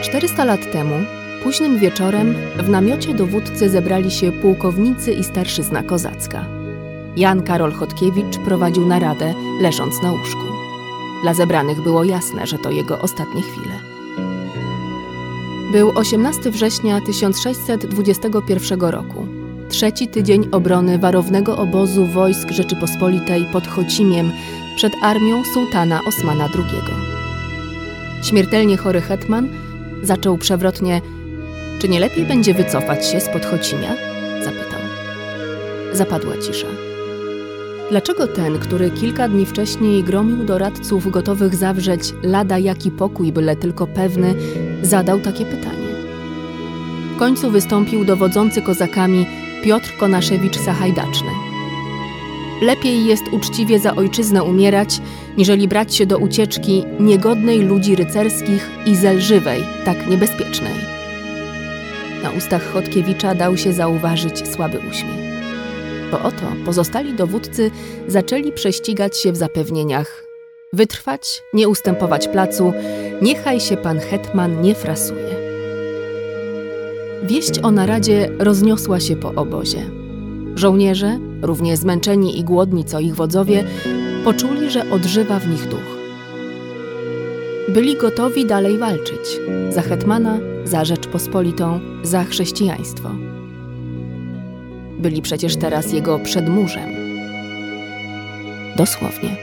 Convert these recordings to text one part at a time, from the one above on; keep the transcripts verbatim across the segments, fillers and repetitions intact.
czterysta lat temu, późnym wieczorem, w namiocie dowódcy zebrali się pułkownicy i starszyzna kozacka. Jan Karol Chodkiewicz prowadził naradę, leżąc na łóżku. Dla zebranych było jasne, że to jego ostatnie chwile. Był osiemnastego września tysiąc sześćset dwudziestego pierwszego roku. Trzeci tydzień obrony warownego obozu wojsk Rzeczypospolitej pod Chocimiem przed armią sułtana Osmana drugiego. Śmiertelnie chory hetman zaczął przewrotnie: czy nie lepiej będzie wycofać się spod Chocimia? Zapytał. Zapadła cisza. Dlaczego ten, który kilka dni wcześniej gromił doradców gotowych zawrzeć lada jaki pokój, byle tylko pewny, zadał takie pytanie? W końcu wystąpił dowodzący kozakami Piotr Konaszewicz-Sahajdaczny. Lepiej jest uczciwie za ojczyznę umierać, niżeli brać się do ucieczki niegodnej ludzi rycerskich i zelżywej, tak niebezpiecznej. Na ustach Chodkiewicza dał się zauważyć słaby uśmiech. Bo oto pozostali dowódcy zaczęli prześcigać się w zapewnieniach: wytrwać, nie ustępować placu, niechaj się pan hetman nie frasuje. Wieść o naradzie rozniosła się po obozie. Żołnierze, równie zmęczeni i głodni co ich wodzowie, poczuli, że odżywa w nich duch. Byli gotowi dalej walczyć za hetmana, za Rzeczpospolitą, za chrześcijaństwo. Byli przecież teraz jego przedmurzem. Dosłownie.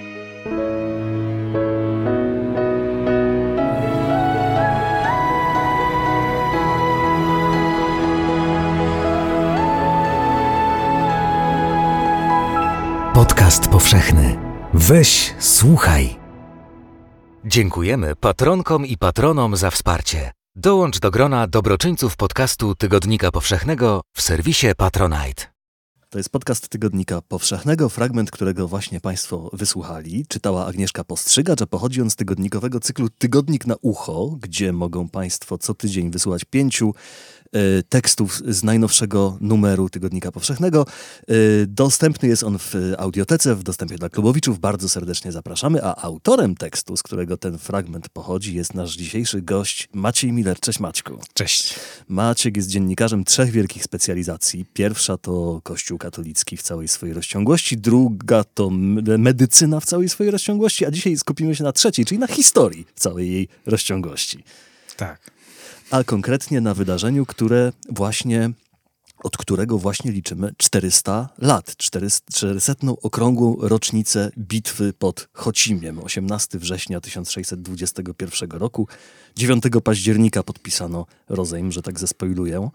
Podcast powszechny. Weź, słuchaj. Dziękujemy patronkom i patronom za wsparcie. Dołącz do grona dobroczyńców podcastu Tygodnika Powszechnego w serwisie Patronite. To jest podcast Tygodnika Powszechnego, fragment którego właśnie Państwo wysłuchali. Czytała Agnieszka Postrzygacz, a pochodzi on z tygodnikowego cyklu Tygodnik na ucho, gdzie mogą Państwo co tydzień wysyłać pięciu y, tekstów z najnowszego numeru Tygodnika Powszechnego. Y, dostępny jest on w audiotece, w dostępie dla klubowiczów. Bardzo serdecznie zapraszamy, a autorem tekstu, z którego ten fragment pochodzi, jest nasz dzisiejszy gość Maciej Miller. Cześć Maćku. Cześć. Maciek jest dziennikarzem trzech wielkich specjalizacji. Pierwsza to Kościół katolicki w całej swojej rozciągłości, druga to medycyna w całej swojej rozciągłości, a dzisiaj skupimy się na trzeciej, czyli na historii w całej jej rozciągłości. Tak. A konkretnie na wydarzeniu, które właśnie, od którego właśnie liczymy czterysta lat, czterysetną okrągłą rocznicę bitwy pod Chocimiem. osiemnastego września tysiąc sześćset dwudziestego pierwszego roku. dziewiątego października podpisano rozejm, że tak zespoiluję.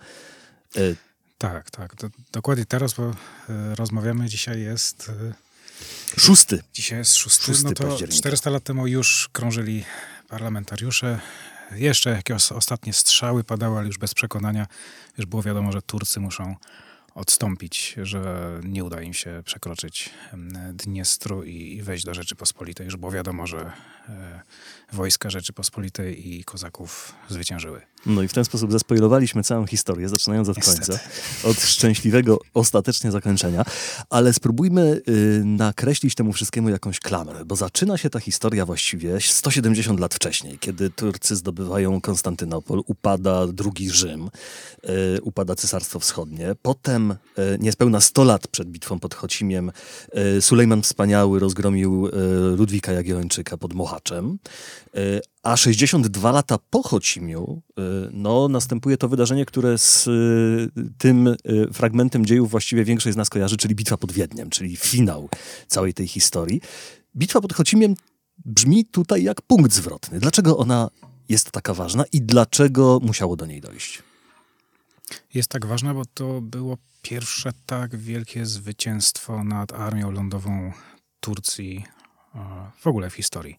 Tak, tak. To, dokładnie teraz, bo y, rozmawiamy, dzisiaj jest... Y, szósty. Dzisiaj jest szósty, szósty no to października. czterysta lat temu już krążyli parlamentariusze. Jeszcze jakieś ostatnie strzały padały, ale już bez przekonania. Już było wiadomo, że Turcy muszą odstąpić, że nie uda im się przekroczyć Dniestru i, i wejść do Rzeczypospolitej. Już było wiadomo, że e, wojska Rzeczypospolitej i kozaków zwyciężyły. No i w ten sposób zaspoilowaliśmy całą historię, zaczynając od Niestety. końca. Od szczęśliwego ostatecznie zakończenia. Ale spróbujmy y, nakreślić temu wszystkiemu jakąś klamrę, bo zaczyna się ta historia właściwie sto siedemdziesiąt lat wcześniej, kiedy Turcy zdobywają Konstantynopol, upada drugi Rzym, y, upada Cesarstwo Wschodnie. Potem, y, niespełna sto lat przed bitwą pod Chocimiem, y, Sulejman Wspaniały rozgromił y, Ludwika Jagiellończyka pod Mohaczem. Y, A sześćdziesiąt dwa lata po Chocimiu no, następuje to wydarzenie, które z tym fragmentem dziejów właściwie większość z nas kojarzy, czyli bitwa pod Wiedniem, czyli finał całej tej historii. Bitwa pod Chocimiem brzmi tutaj jak punkt zwrotny. Dlaczego ona jest taka ważna i dlaczego musiało do niej dojść? Jest tak ważna, bo to było pierwsze tak wielkie zwycięstwo nad armią lądową Turcji w ogóle w historii.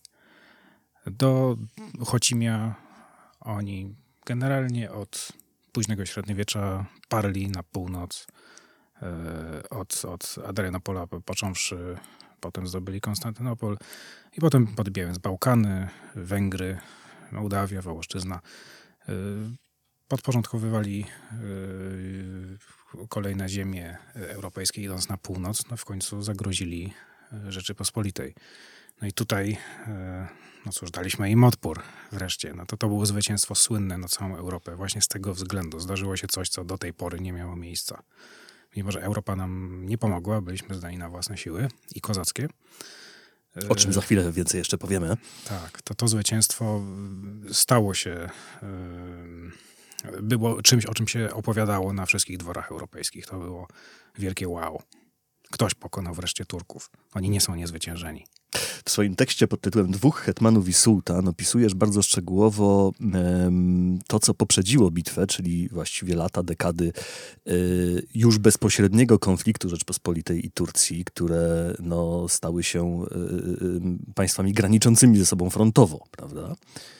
Do Chocimia oni generalnie od późnego średniowiecza parli na północ, od, od Adrianopola począwszy, potem zdobyli Konstantynopol i potem podbijając Bałkany, Węgry, Mołdawia, Wołoszczyzna, podporządkowywali kolejne ziemie europejskie idąc na północ, no w końcu zagrozili Rzeczypospolitej. No i tutaj, no cóż, daliśmy im odpór wreszcie. No to to było zwycięstwo słynne na całą Europę. Właśnie z tego względu zdarzyło się coś, co do tej pory nie miało miejsca. Mimo że Europa nam nie pomogła, byliśmy zdani na własne siły i kozackie. O czym za chwilę więcej jeszcze powiemy. Tak, to to zwycięstwo stało się, było czymś, o czym się opowiadało na wszystkich dworach europejskich. To było wielkie wow. Ktoś pokonał wreszcie Turków. Oni nie są niezwyciężeni. W swoim tekście pod tytułem Dwóch hetmanów i sułtan opisujesz bardzo szczegółowo um, to, co poprzedziło bitwę, czyli właściwie lata, dekady y, już bezpośredniego konfliktu Rzeczpospolitej i Turcji, które no, stały się y, y, państwami graniczącymi ze sobą frontowo, prawda?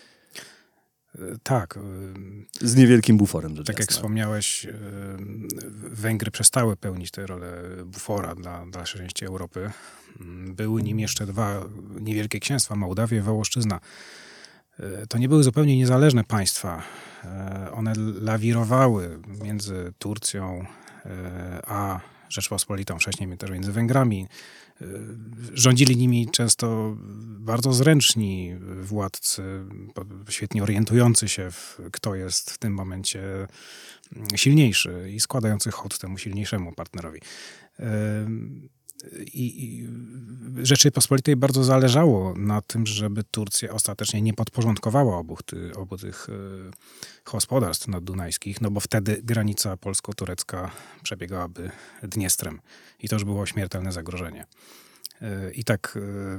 Tak. Z niewielkim buforem, rzecz Tak jasna. jak wspomniałeś, Węgry przestały pełnić tę rolę bufora dla dalszej części Europy. Były nim jeszcze dwa niewielkie księstwa, Mołdawia i Wołoszczyzna. To nie były zupełnie niezależne państwa. One lawirowały między Turcją a Rzeczpospolitą, wcześniej też między Węgrami. Rządzili nimi często bardzo zręczni władcy, świetnie orientujący się, w, kto jest w tym momencie silniejszy i składający hołd temu silniejszemu partnerowi. I, i Rzeczypospolitej bardzo zależało na tym, żeby Turcja ostatecznie nie podporządkowała obu, ty, obu tych gospodarstw naddunajskich, no bo wtedy granica polsko-turecka przebiegałaby Dniestrem i to już było śmiertelne zagrożenie. I tak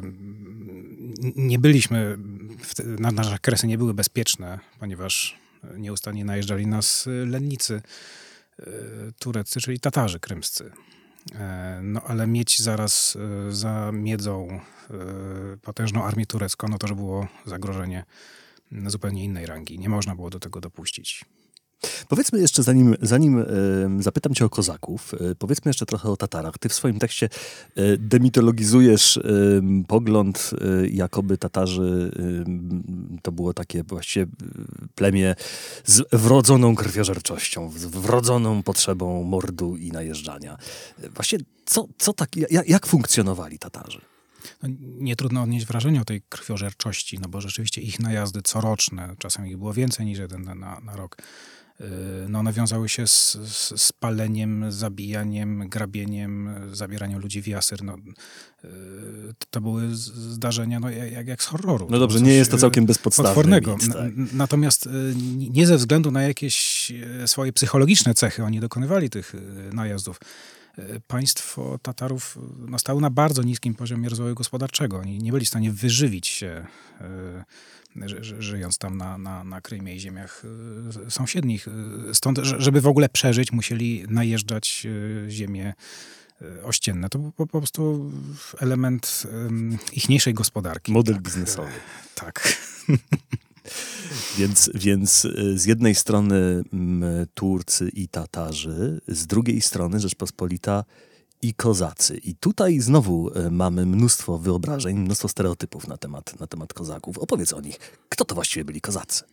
nie byliśmy, nasze kresy nie były bezpieczne, ponieważ nieustannie najeżdżali nas lennicy tureccy, czyli Tatarzy krymscy. No ale mieć zaraz za miedzą potężną armię turecką, no to już było zagrożenie zupełnie innej rangi. Nie można było do tego dopuścić. Powiedzmy jeszcze, zanim, zanim e, zapytam cię o kozaków, e, powiedzmy jeszcze trochę o Tatarach. Ty w swoim tekście e, demitologizujesz e, pogląd, e, jakoby Tatarzy e, to było takie właściwie plemię z wrodzoną krwiożerczością, z wrodzoną potrzebą mordu i najeżdżania. E, właśnie co, co tak, jak, jak funkcjonowali Tatarzy? No, nie trudno odnieść wrażenie o tej krwiożerczości, no bo rzeczywiście ich najazdy coroczne, czasem ich było więcej niż jeden na, na rok, no one wiązały się z, z, z paleniem, zabijaniem, grabieniem, zabieraniem ludzi w jasyr. No, to były zdarzenia no, jak, jak z horroru. No dobrze, nie jest to całkiem bezpodstawne. Potwornego. Nic, tak. Natomiast nie ze względu na jakieś swoje psychologiczne cechy oni dokonywali tych najazdów. Państwo Tatarów no, stało na bardzo niskim poziomie rozwoju gospodarczego. Oni nie byli w stanie wyżywić się, ży, ży, żyjąc tam na, na, na Krymie i ziemiach sąsiednich. Stąd, żeby w ogóle przeżyć, musieli najeżdżać ziemie ościenne. To był po prostu element ichniejszej gospodarki. Model tak, biznesowy. Tak. Więc, więc z jednej strony Turcy i Tatarzy, z drugiej strony Rzeczpospolita i Kozacy. I tutaj znowu mamy mnóstwo wyobrażeń, mnóstwo stereotypów na temat, na temat Kozaków. Opowiedz o nich. Kto to właściwie byli Kozacy?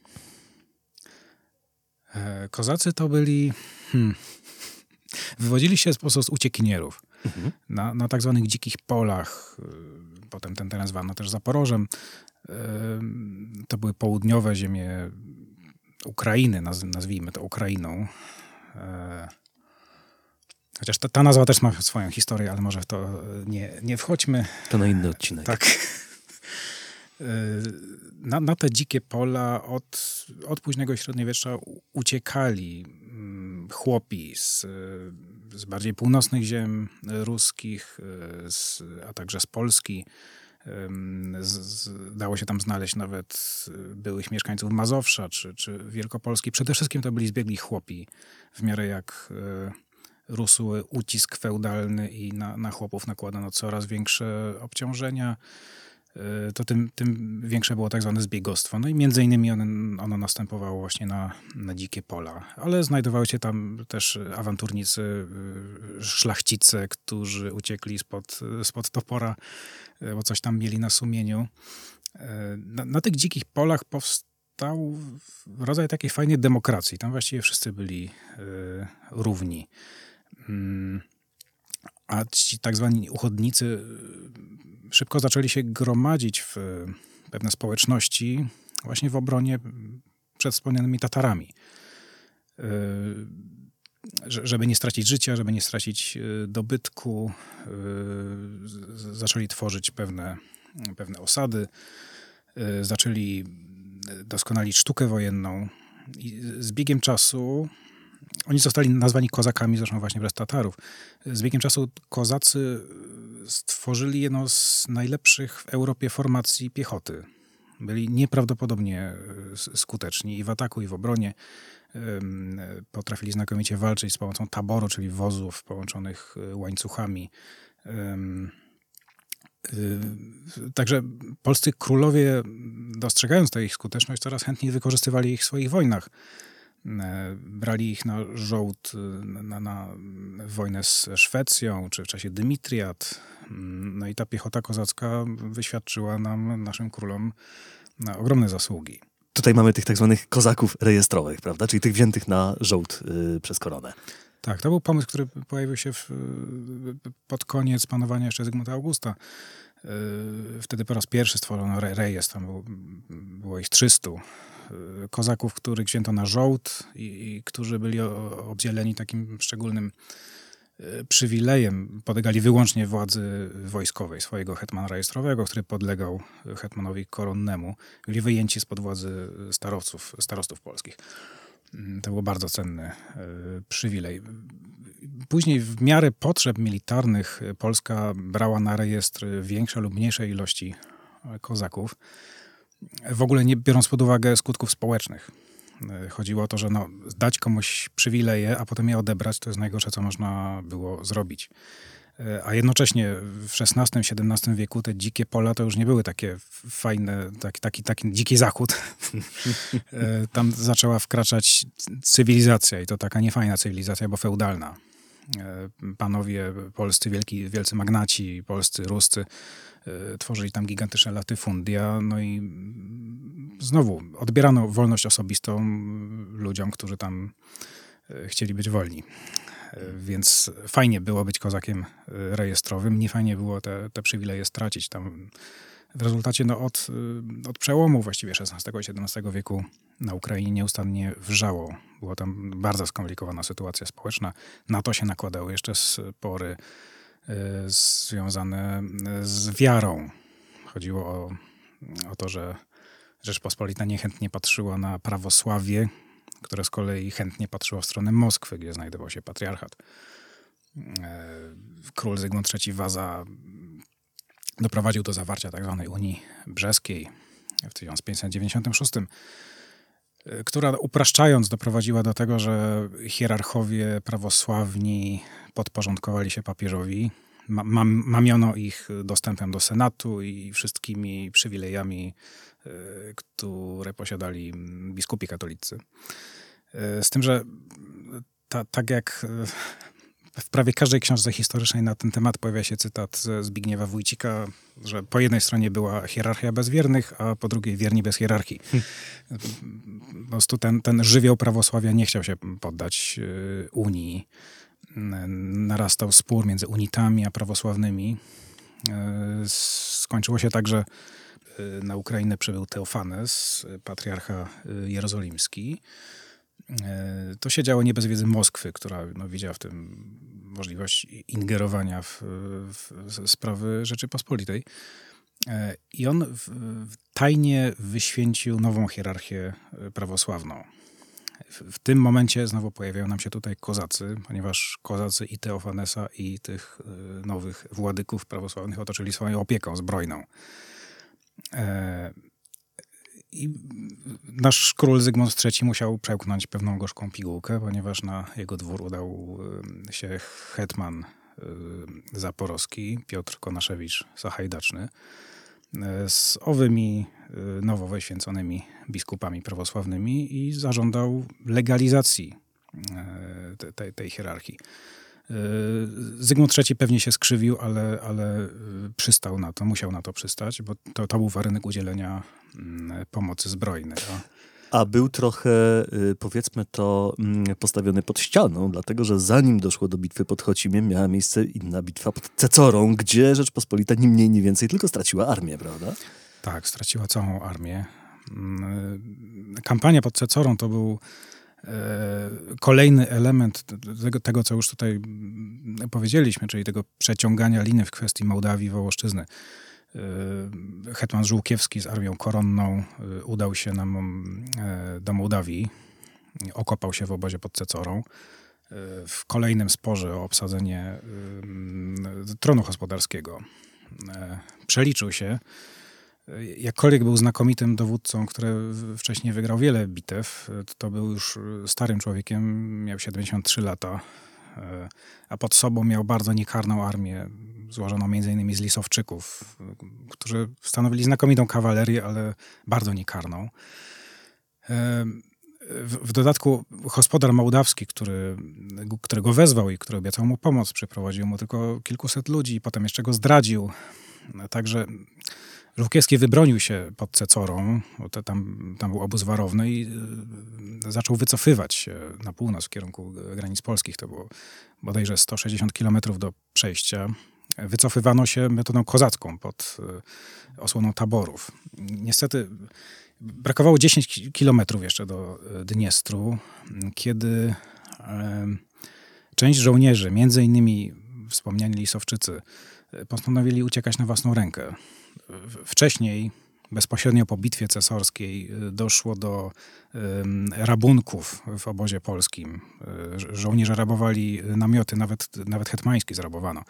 Kozacy to byli... Hmm, wywodzili się z, po prostu z uciekinierów. Mhm. Na, na tak zwanych dzikich polach. Potem ten teren zwano też Zaporożem. To były południowe ziemie Ukrainy, nazwijmy to Ukrainą. Chociaż ta, ta nazwa też ma swoją historię, ale może w to nie, nie wchodźmy. To na inny odcinek. Tak. Na, na te dzikie pola od, od późnego średniowiecza uciekali chłopi z, z bardziej północnych ziem ruskich, z, a także z Polski. Z, z, dało się tam znaleźć nawet byłych mieszkańców Mazowsza czy, czy Wielkopolski. Przede wszystkim to byli zbiegli chłopi. W miarę jak y, rósł ucisk feudalny i na, na chłopów nakładano coraz większe obciążenia, y, to tym, tym większe było tak zwane zbiegostwo. No i między innymi ono, ono następowało właśnie na, na dzikie pola. Ale znajdowały się tam też awanturnicy, y, szlachcice, którzy uciekli spod, spod topora, bo coś tam mieli na sumieniu. Na, na tych dzikich polach powstał rodzaj takiej fajnej demokracji. Tam właściwie wszyscy byli y, równi. Y, a ci tak zwani uchodnicy szybko zaczęli się gromadzić w pewne społeczności właśnie w obronie przed wspomnianymi Tatarami. Żeby nie stracić życia, żeby nie stracić dobytku, zaczęli tworzyć pewne, pewne osady, zaczęli doskonalić sztukę wojenną i z biegiem czasu oni zostali nazwani kozakami, zresztą właśnie przez Tatarów. Z biegiem czasu kozacy stworzyli jedną z najlepszych w Europie formacji piechoty. Byli nieprawdopodobnie skuteczni i w ataku, i w obronie. Potrafili znakomicie walczyć z pomocą taboru, czyli wozów połączonych łańcuchami. Także polscy królowie, dostrzegając tę ich skuteczność, coraz chętniej wykorzystywali ich w swoich wojnach. Brali ich na żołd, na, na wojnę z Szwecją, czy w czasie Dymitriad. No i ta piechota kozacka wyświadczyła nam, naszym królom, na ogromne zasługi. Tutaj mamy tych tak zwanych kozaków rejestrowych, prawda? Czyli tych wziętych na żołd yy, przez koronę. Tak, to był pomysł, który pojawił się w, pod koniec panowania jeszcze Zygmunta Augusta. Wtedy po raz pierwszy stworzono re, rejestr, tam było, było ich trzystu kozaków, których wzięto na żołd i, i którzy byli o, obdzieleni takim szczególnym przywilejem. Podlegali wyłącznie władzy wojskowej, swojego hetmana rejestrowego, który podlegał hetmanowi koronnemu. Byli wyjęci spod władzy starostów, starostów polskich. To był bardzo cenny przywilej. Później w miarę potrzeb militarnych Polska brała na rejestr większe lub mniejsze ilości kozaków, w ogóle nie biorąc pod uwagę skutków społecznych. Chodziło o to, że no, dać komuś przywileje, a potem je odebrać, to jest najgorsze, co można było zrobić. A jednocześnie w szesnastym, siedemnastym wieku te dzikie pola to już nie były takie fajne, taki, taki, taki dziki zachód. Tam zaczęła wkraczać cywilizacja i to taka niefajna cywilizacja, bo feudalna. Panowie polscy, wielki, wielcy magnaci, polscy, ruscy, tworzyli tam gigantyczne latyfundia, no i znowu odbierano wolność osobistą ludziom, którzy tam chcieli być wolni. Więc fajnie było być kozakiem rejestrowym, nie fajnie było te, te przywileje stracić. Tam w rezultacie no od, od przełomu właściwie szesnastego i siedemnastego wieku na Ukrainie nieustannie wrzało. Była tam bardzo skomplikowana sytuacja społeczna. Na to się nakładały jeszcze spory y, związane z wiarą. Chodziło o, o to, że Rzeczpospolita niechętnie patrzyła na prawosławie, które z kolei chętnie patrzyło w stronę Moskwy, gdzie znajdował się patriarchat. Król Zygmunt trzeci Waza doprowadził do zawarcia tzw. Unii Brzeskiej w tysiąc pięćset dziewięćdziesiątym szóstym, która upraszczając doprowadziła do tego, że hierarchowie prawosławni podporządkowali się papieżowi. Mam, mamiono ich dostępem do Senatu i wszystkimi przywilejami, które posiadali biskupi katolicy. Z tym, że ta, tak jak w prawie każdej książce historycznej na ten temat pojawia się cytat ze Zbigniewa Wójcika, że po jednej stronie była hierarchia bez wiernych, a po drugiej wierni bez hierarchii. Po prostu ten, ten żywioł prawosławia nie chciał się poddać Unii. Narastał spór między unitami a prawosławnymi. Skończyło się tak, że na Ukrainę przybył Teofanes, patriarcha jerozolimski. To się działo nie bez wiedzy Moskwy, która no, widziała w tym możliwość ingerowania w, w sprawy Rzeczypospolitej. I on w, w tajnie wyświęcił nową hierarchię prawosławną. W, w tym momencie znowu pojawiają nam się tutaj kozacy, ponieważ kozacy i Teofanesa, i tych nowych władyków prawosławnych otoczyli swoją opieką zbrojną. I nasz król Zygmunt trzeci musiał przełknąć pewną gorzką pigułkę, ponieważ na jego dwór udał się hetman zaporowski Piotr Konaszewicz Sachajdaczny z owymi nowo wyświęconymi biskupami prawosławnymi i zażądał legalizacji tej, tej hierarchii. Zygmunt trzeci pewnie się skrzywił, ale, ale przystał na to, musiał na to przystać, bo to, to był warunek udzielenia pomocy zbrojnej. A A był trochę, powiedzmy to, postawiony pod ścianą, dlatego że zanim doszło do bitwy pod Chocimiem, miała miejsce inna bitwa pod Cecorą, gdzie Rzeczpospolita ni mniej, ni więcej tylko straciła armię, prawda? Tak, straciła całą armię. Kampania pod Cecorą to był kolejny element tego, tego, co już tutaj powiedzieliśmy, czyli tego przeciągania liny w kwestii Mołdawii, Wołoszczyzny. Hetman Żółkiewski z armią koronną udał się na, do Mołdawii, okopał się w obozie pod Cecorą. W kolejnym sporze o obsadzenie tronu gospodarskiego przeliczył się. Jakkolwiek był znakomitym dowódcą, który wcześniej wygrał wiele bitew, to był już starym człowiekiem, miał siedemdziesiąt trzy lata, a pod sobą miał bardzo niekarną armię, złożoną między innymi z Lisowczyków, którzy stanowili znakomitą kawalerię, ale bardzo niekarną. W, w dodatku gospodarz mołdawski, który, którego wezwał i który obiecał mu pomoc, przyprowadził mu tylko kilkuset ludzi i potem jeszcze go zdradził. Także Żółkiewski wybronił się pod Cecorą, bo to tam, tam był obóz warowny i y, zaczął wycofywać się na północ w kierunku granic polskich. To było bodajże sto sześćdziesiąt kilometrów do przejścia. Wycofywano się metodą kozacką pod y, osłoną taborów. Niestety brakowało dziesięć kilometrów jeszcze do Dniestru, kiedy y, część żołnierzy, między innymi wspomniani Lisowczycy, postanowili uciekać na własną rękę. Wcześniej, bezpośrednio po bitwie cesorskiej, doszło do um, rabunków w obozie polskim. Żołnierze rabowali namioty, nawet, nawet hetmańskie zrabowano.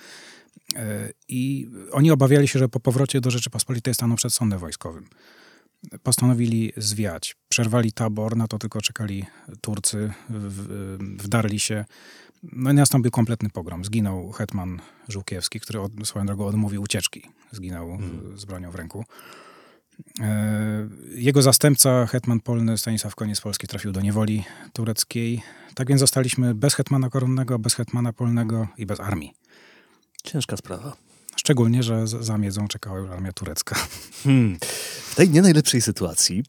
I oni obawiali się, że po powrocie do Rzeczypospolitej staną przed sądem wojskowym. Postanowili zwiać. Przerwali tabor, na to tylko czekali Turcy, w, wdarli się. No i nastąpił kompletny pogrom. Zginął hetman Żółkiewski, który od, swoją drogą odmówił ucieczki. Zginął hmm. z bronią w ręku. E, jego zastępca, hetman polny Stanisław Koniec-Polski, trafił do niewoli tureckiej. Tak więc zostaliśmy bez hetmana koronnego, bez hetmana polnego i bez armii. Ciężka sprawa. Szczególnie, że za miedzą czekała już armia turecka. Hmm. W tej nie najlepszej sytuacji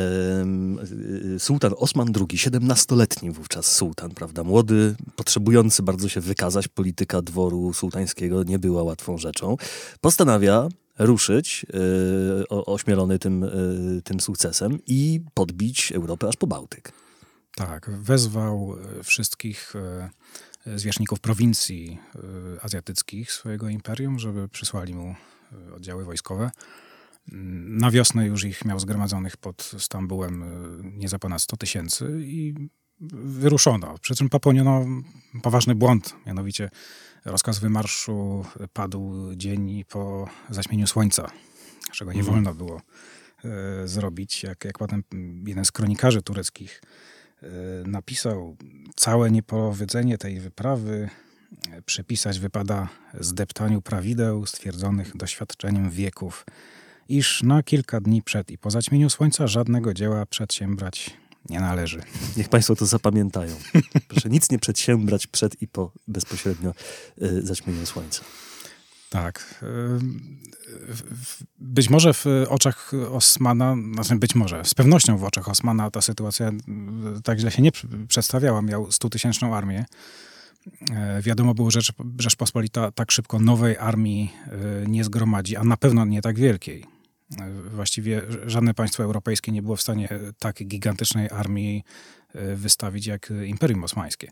e, sułtan Osman drugi, siedemnastoletni wówczas sułtan, prawda, młody, potrzebujący bardzo się wykazać, polityka dworu sułtańskiego nie była łatwą rzeczą, postanawia ruszyć, e, ośmielony tym, e, tym sukcesem i podbić Europę aż po Bałtyk. Tak, wezwał wszystkich zwierzchników prowincji azjatyckich swojego imperium, żeby przysłali mu oddziały wojskowe. Na wiosnę już ich miał zgromadzonych pod Stambułem nieco ponad sto tysięcy i wyruszono. Przy czym popełniono poważny błąd, mianowicie rozkaz wymarszu padł dzień po zaćmieniu słońca, czego nie mm. wolno było e, zrobić. Jak, jak potem jeden z kronikarzy tureckich napisał, całe niepowodzenie tej wyprawy przypisać wypada zdeptaniu prawideł stwierdzonych doświadczeniem wieków, iż na kilka dni przed i po zaćmieniu słońca żadnego dzieła przedsiębrać nie należy. Niech państwo to zapamiętają. Proszę nic nie przedsiębrać przed i po bezpośrednio y, zaćmieniu słońca. Tak. Być może w oczach Osmana, znaczy być może, z pewnością w oczach Osmana ta sytuacja tak źle się nie przedstawiała. Miał stutysięczną armię. Wiadomo było, że Rzeczpospolita tak szybko nowej armii nie zgromadzi, a na pewno nie tak wielkiej. Właściwie żadne państwo europejskie nie było w stanie tak gigantycznej armii wystawić jak Imperium Osmańskie.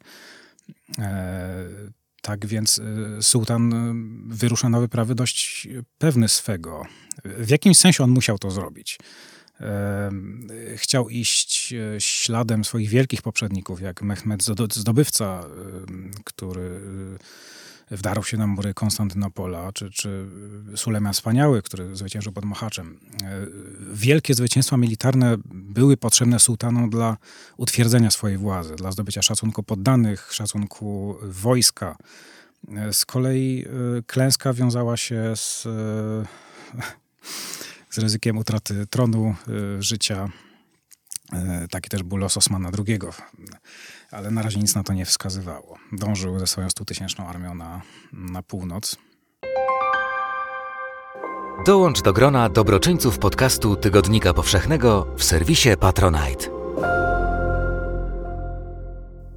Tak więc sułtan wyrusza na wyprawy dość pewny swego. W jakimś sensie on musiał to zrobić. Chciał iść śladem swoich wielkich poprzedników, jak Mehmed Zdobywca, który wdarł się na mury Konstantynopola, czy, czy Sulejman Wspaniały, który zwyciężył pod Mohaczem. Wielkie zwycięstwa militarne były potrzebne sułtanom dla utwierdzenia swojej władzy, dla zdobycia szacunku poddanych, szacunku wojska. Z kolei klęska wiązała się z, z ryzykiem utraty tronu, życia. Taki też był los Osmana drugiego, ale na razie nic na to nie wskazywało. Dążył ze swoją stutysięczną armią na, na północ. Dołącz do grona dobroczyńców podcastu Tygodnika Powszechnego w serwisie Patronite.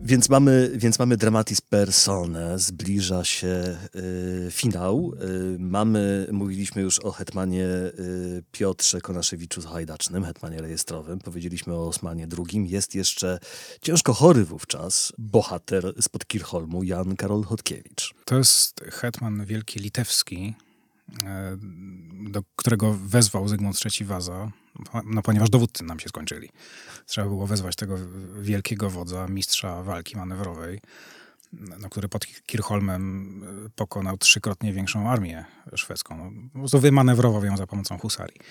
Więc mamy, więc mamy dramatis personae, zbliża się y, finał. Y, mamy, mówiliśmy już o hetmanie y, Piotrze Konaszewiczu Hajdacznym, hetmanie rejestrowym. Powiedzieliśmy o Osmanie drugim. Jest jeszcze ciężko chory wówczas bohater spod Kirchholmu, Jan Karol Chodkiewicz. To jest hetman wielki litewski, do którego wezwał Zygmunt trzeci Waza, no ponieważ dowódcy nam się skończyli. Trzeba było wezwać tego wielkiego wodza, mistrza walki manewrowej, no, który pod Kirchholmem pokonał trzykrotnie większą armię szwedzką. No, po prostu wymanewrował ją za pomocą husarii.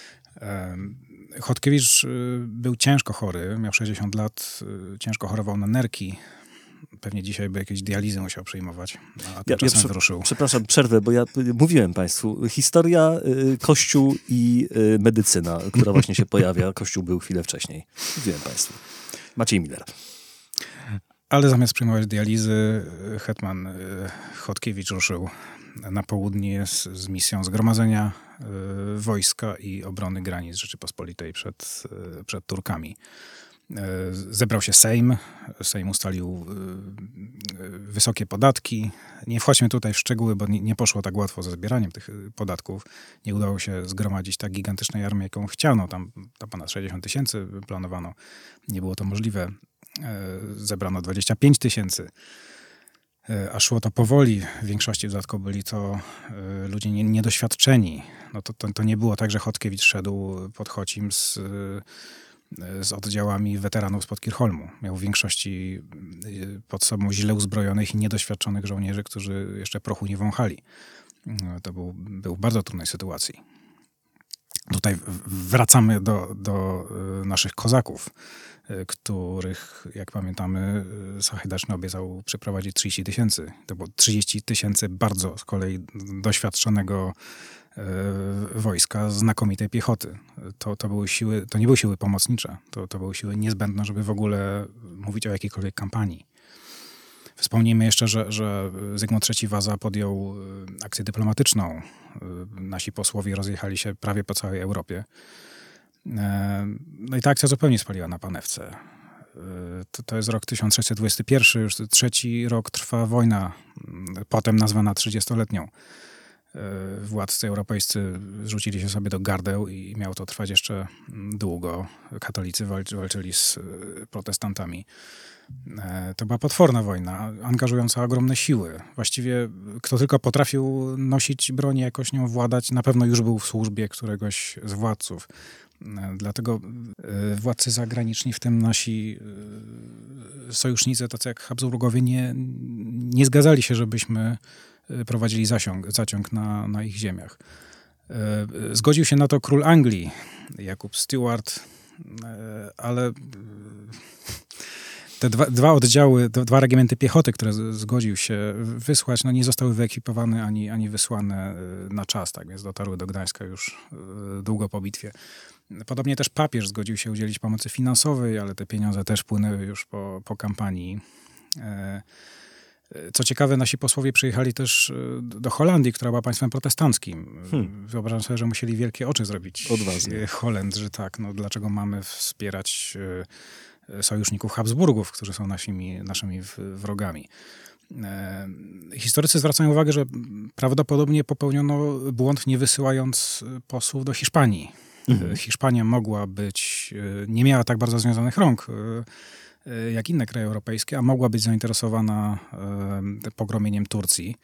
Chodkiewicz był ciężko chory, miał sześćdziesiąt lat, ciężko chorował na nerki. Pewnie dzisiaj by jakieś dializy musiał przyjmować, a tymczasem ja, ja wyruszył. Przepraszam, przerwę, bo ja mówiłem państwu, historia, y, Kościół i y, medycyna, która właśnie się pojawia. Kościół był chwilę wcześniej. Mówiłem państwu. Maciej Miller. Ale zamiast przyjmować dializy, hetman Chodkiewicz ruszył na południe z, z misją zgromadzenia y, wojska i obrony granic Rzeczypospolitej przed, y, przed Turkami. Zebrał się Sejm, Sejm ustalił wysokie podatki. Nie wchodźmy tutaj w szczegóły, bo nie poszło tak łatwo ze zbieraniem tych podatków. Nie udało się zgromadzić tak gigantycznej armii, jaką chciano. Tam, tam ponad sześćdziesiąt tysięcy planowano. Nie było to możliwe. Zebrano dwadzieścia pięć tysięcy. A szło to powoli. W większości w dodatku byli to ludzie niedoświadczeni. No to, to, to nie było tak, że Chodkiewicz szedł pod Chocim z... z oddziałami weteranów spod Kirchholmu. Miał w większości pod sobą źle uzbrojonych i niedoświadczonych żołnierzy, którzy jeszcze prochu nie wąchali. To był, był w bardzo trudnej sytuacji. Tutaj wracamy do, do naszych kozaków, których, jak pamiętamy, Sahajdaczny obiecał przeprowadzić trzydzieści tysięcy. To było trzydzieści tysięcy bardzo z kolei doświadczonego wojska, znakomitej piechoty. To, to, były siły, to nie były siły pomocnicze, to, to były siły niezbędne, żeby w ogóle mówić o jakiejkolwiek kampanii. Wspomnijmy jeszcze, że, że Zygmunt trzeci Waza podjął akcję dyplomatyczną. Nasi posłowie rozjechali się prawie po całej Europie. No i ta akcja zupełnie spaliła na panewce. To, to jest rok tysiąc sześćset dwudziesty pierwszy, już trzeci rok trwa wojna, potem nazwana trzydziestoletnią. Władcy europejscy rzucili się sobie do gardeł i miało to trwać jeszcze długo. Katolicy walczyli z protestantami. To była potworna wojna, angażująca ogromne siły. Właściwie kto tylko potrafił nosić broń, jakoś nią władać, na pewno już był w służbie któregoś z władców. Dlatego władcy zagraniczni, w tym nasi sojusznicy, tacy jak Habsburgowie, nie, nie zgadzali się, żebyśmy prowadzili zasiąg, zaciąg na, na ich ziemiach. Zgodził się na to król Anglii, Jakub Stuart, ale te dwa, dwa oddziały, dwa regimenty piechoty, które zgodził się wysłać, no nie zostały wyekwipowane ani, ani wysłane na czas, tak więc dotarły do Gdańska już długo po bitwie. Podobnie też papież zgodził się udzielić pomocy finansowej, ale te pieniądze też płynęły już po, po kampanii. Co ciekawe, nasi posłowie przyjechali też do Holandii, która była państwem protestanckim. Hmm. Wyobrażam sobie, że musieli wielkie oczy zrobić. Odważnie. Holend, że tak, no dlaczego mamy wspierać sojuszników Habsburgów, którzy są naszymi, naszymi wrogami. Historycy zwracają uwagę, że prawdopodobnie popełniono błąd, nie wysyłając posłów do Hiszpanii. Mhm. Hiszpania mogła być, nie miała tak bardzo związanych rąk jak inne kraje europejskie, a mogła być zainteresowana pogromieniem Turcji.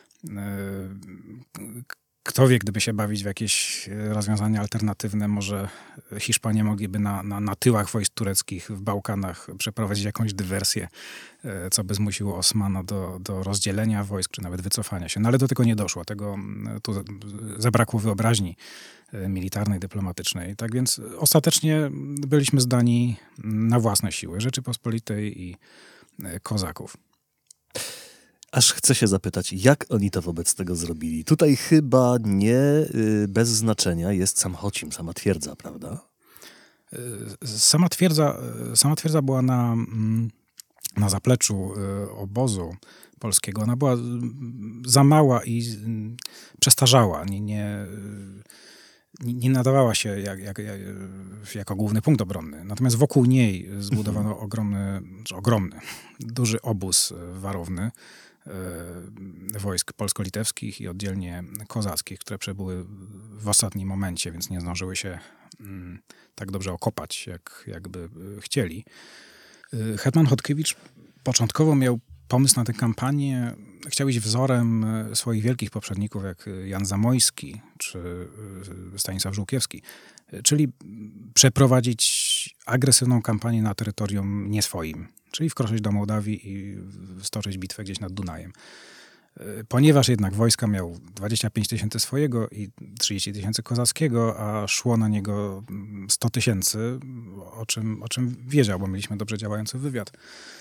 Kto wie, gdyby się bawić w jakieś rozwiązania alternatywne, może Hiszpanie mogliby na, na, na tyłach wojsk tureckich w Bałkanach przeprowadzić jakąś dywersję, co by zmusiło Osmana do, do rozdzielenia wojsk, czy nawet wycofania się. No ale do tego nie doszło. Tego tu zabrakło wyobraźni militarnej, dyplomatycznej. Tak więc ostatecznie byliśmy zdani na własne siły Rzeczypospolitej i kozaków. Aż chcę się zapytać, jak oni to wobec tego zrobili? Tutaj chyba nie y, bez znaczenia jest sam Chocim, sama twierdza, prawda? Sama twierdza, sama twierdza była na, na zapleczu obozu polskiego. Ona była za mała i przestarzała. Nie, nie, nie nadawała się jak, jak, jak, jako główny punkt obronny. Natomiast wokół niej zbudowano mhm. ogromny, znaczy ogromny, duży obóz warowny e, wojsk polsko-litewskich i oddzielnie kozackich, które przebyły w ostatnim momencie, więc nie zdążyły się mm, tak dobrze okopać, jak jakby chcieli. Hetman Chodkiewicz początkowo miał pomysł na tę kampanię, chciał iść wzorem swoich wielkich poprzedników, jak Jan Zamojski czy Stanisław Żółkiewski, czyli przeprowadzić agresywną kampanię na terytorium nie swoim, czyli wkroczyć do Mołdawii i stoczyć bitwę gdzieś nad Dunajem. Ponieważ jednak wojska miał dwadzieścia pięć tysięcy swojego i trzydzieści tysięcy kozackiego, a szło na niego sto tysięcy, o czym, o czym wiedział, bo mieliśmy dobrze działający wywiad,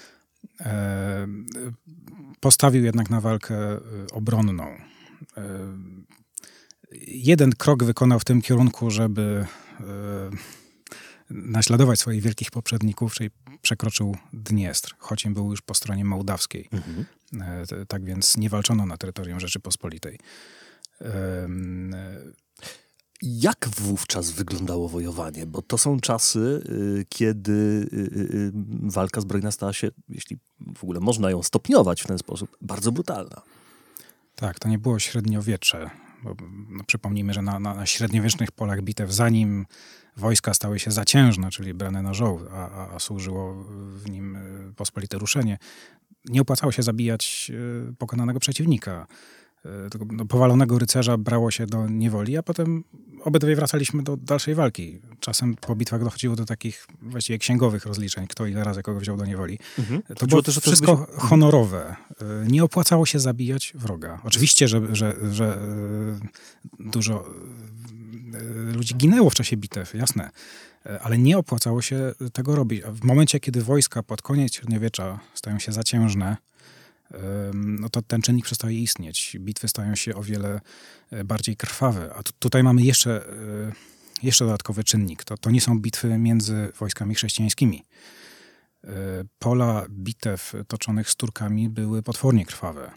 postawił jednak na walkę obronną. Jeden krok wykonał w tym kierunku, żeby naśladować swoich wielkich poprzedników, czyli przekroczył Dniestr, choć im był już po stronie mołdawskiej. Mhm. Tak więc nie walczono na terytorium Rzeczypospolitej. Jak wówczas wyglądało wojowanie? Bo to są czasy, kiedy walka zbrojna stała się, jeśli w ogóle można ją stopniować w ten sposób, bardzo brutalna. Tak, to nie było średniowiecze. Bo, no, przypomnijmy, że na, na, na średniowiecznych polach bitew, zanim wojska stały się zaciężne, czyli brane na żołd, a, a, a służyło w nim pospolite ruszenie, nie opłacało się zabijać pokonanego przeciwnika. No, powalonego rycerza brało się do niewoli, a potem obydwaj wracaliśmy do dalszej walki. Czasem po bitwach dochodziło do takich właściwie księgowych rozliczeń, kto ile razy kogo wziął do niewoli. Mhm. To było też wszystko być... honorowe. Nie opłacało się zabijać wroga. Oczywiście, że, że, że dużo ludzi ginęło w czasie bitew, jasne, ale nie opłacało się tego robić. W momencie, kiedy wojska pod koniec średniowiecza stają się zaciężne, no to ten czynnik przestaje istnieć. Bitwy stają się o wiele bardziej krwawe. A tu, tutaj mamy jeszcze, jeszcze dodatkowy czynnik. To, to nie są bitwy między wojskami chrześcijańskimi. Pola bitew toczonych z Turkami były potwornie krwawe.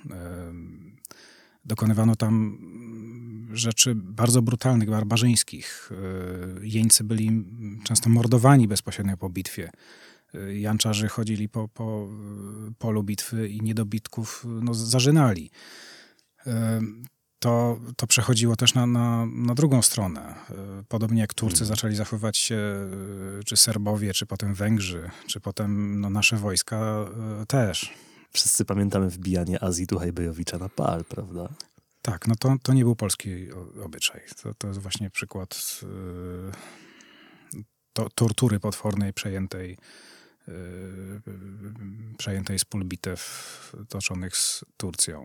Dokonywano tam rzeczy bardzo brutalnych, barbarzyńskich. Jeńcy byli często mordowani bezpośrednio po bitwie. Janczarzy chodzili po, po polu bitwy i niedobitków no, zażynali. To, to przechodziło też na, na, na drugą stronę. Podobnie jak Turcy zaczęli zachowywać się, czy Serbowie, czy potem Węgrzy, czy potem no, nasze wojska też. Wszyscy pamiętamy wbijanie Azji Tuchajbejowicza na pal, prawda? Tak, no to, to nie był polski obyczaj. To, to jest właśnie przykład yy, to, tortury potwornej przejętej przejętej z pól bitew toczonych z Turcją.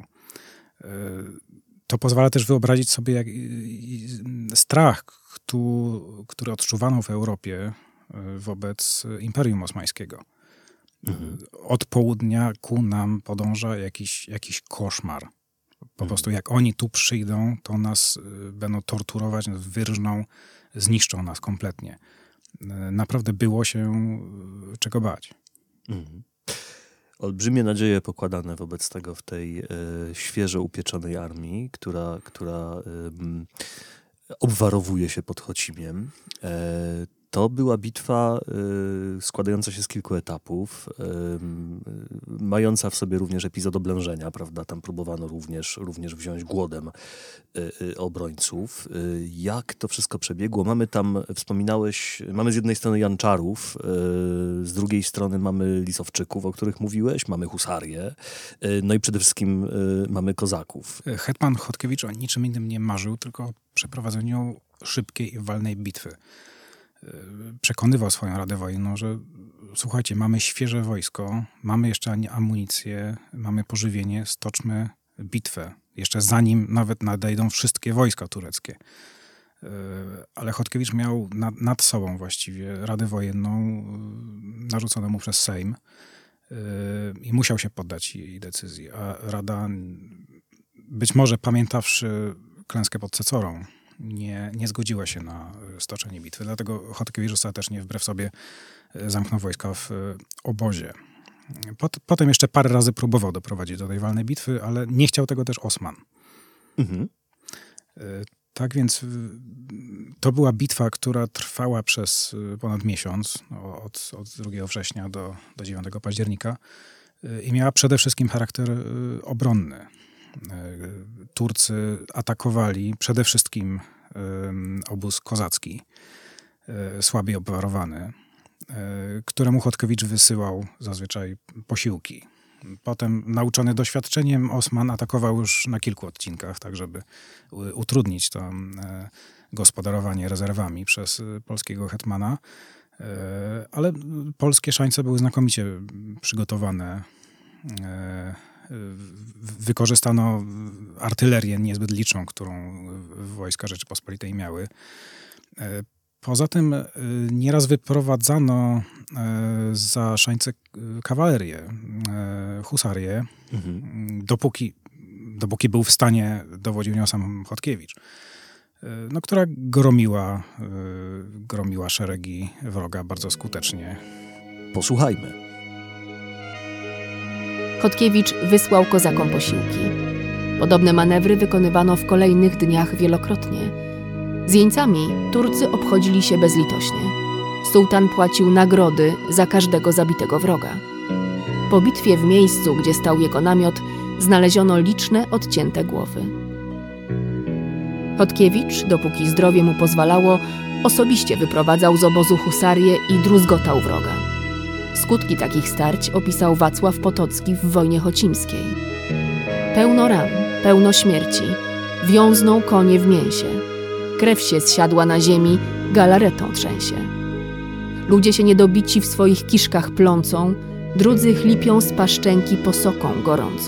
To pozwala też wyobrazić sobie jak strach, który odczuwano w Europie wobec Imperium Osmańskiego. Mhm. Od południa ku nam podąża jakiś, jakiś koszmar. Po mhm. prostu jak oni tu przyjdą, to nas będą torturować, nas wyrżną, zniszczą nas kompletnie. Naprawdę było się czego bać. Mhm. Olbrzymie nadzieje pokładane wobec tego w tej e, świeżo upieczonej armii, która, która e, obwarowuje się pod Chocimiem. E, to była bitwa e, składająca się z kilku etapów, e, mająca w sobie również epizod oblężenia, prawda? Tam próbowano również, również wziąć głodem e, e, obrońców. E, jak to wszystko przebiegło? Mamy tam, wspominałeś, mamy z jednej strony Janczarów, e, z drugiej strony mamy Lisowczyków, o których mówiłeś, mamy husarię, e, no i przede wszystkim e, mamy kozaków. Hetman Chodkiewicz o niczym innym nie marzył, tylko o przeprowadzeniu szybkiej i walnej bitwy. Przekonywał swoją Radę Wojenną, że słuchajcie, mamy świeże wojsko, mamy jeszcze amunicję, mamy pożywienie, stoczmy bitwę. Jeszcze zanim nawet nadejdą wszystkie wojska tureckie. Ale Chodkiewicz miał nad, nad sobą właściwie Radę Wojenną narzuconą mu przez Sejm i musiał się poddać jej decyzji. A Rada, być może pamiętawszy klęskę pod Cecorą, Nie, nie zgodziła się na stoczenie bitwy. Dlatego Chodkiewicz ostatecznie wbrew sobie zamknął wojska w obozie. Pot, potem jeszcze parę razy próbował doprowadzić do tej walnej bitwy, ale nie chciał tego też Osman. Mhm. Tak więc to była bitwa, która trwała przez ponad miesiąc, no, od, od drugiego września do, do dziewiątego października i miała przede wszystkim charakter obronny. Turcy atakowali przede wszystkim obóz kozacki, słabiej obwarowany, któremu Chodkiewicz wysyłał zazwyczaj posiłki. Potem, nauczony doświadczeniem, Osman atakował już na kilku odcinkach, tak żeby utrudnić to gospodarowanie rezerwami przez polskiego hetmana. Ale polskie szańce były znakomicie przygotowane. Wykorzystano artylerię niezbyt liczną, którą wojska Rzeczypospolitej miały. Poza tym nieraz wyprowadzano za szańce kawalerię, husarię, mhm. dopóki, dopóki był w stanie, dowodził nią sam Chodkiewicz, no, która gromiła, gromiła szeregi wroga bardzo skutecznie. Posłuchajmy. Chodkiewicz wysłał kozakom posiłki. Podobne manewry wykonywano w kolejnych dniach wielokrotnie. Z jeńcami Turcy obchodzili się bezlitośnie. Sułtan płacił nagrody za każdego zabitego wroga. Po bitwie w miejscu, gdzie stał jego namiot, znaleziono liczne odcięte głowy. Chodkiewicz, dopóki zdrowie mu pozwalało, osobiście wyprowadzał z obozu husarię i druzgotał wroga. Skutki takich starć opisał Wacław Potocki w wojnie chocimskiej. Pełno ran, pełno śmierci, wiązną konie w mięsie. Krew się zsiadła na ziemi, galaretą trzęsie. Ludzie się niedobici w swoich kiszkach plącą, drudzy chlipią z paszczęki posoką gorącą.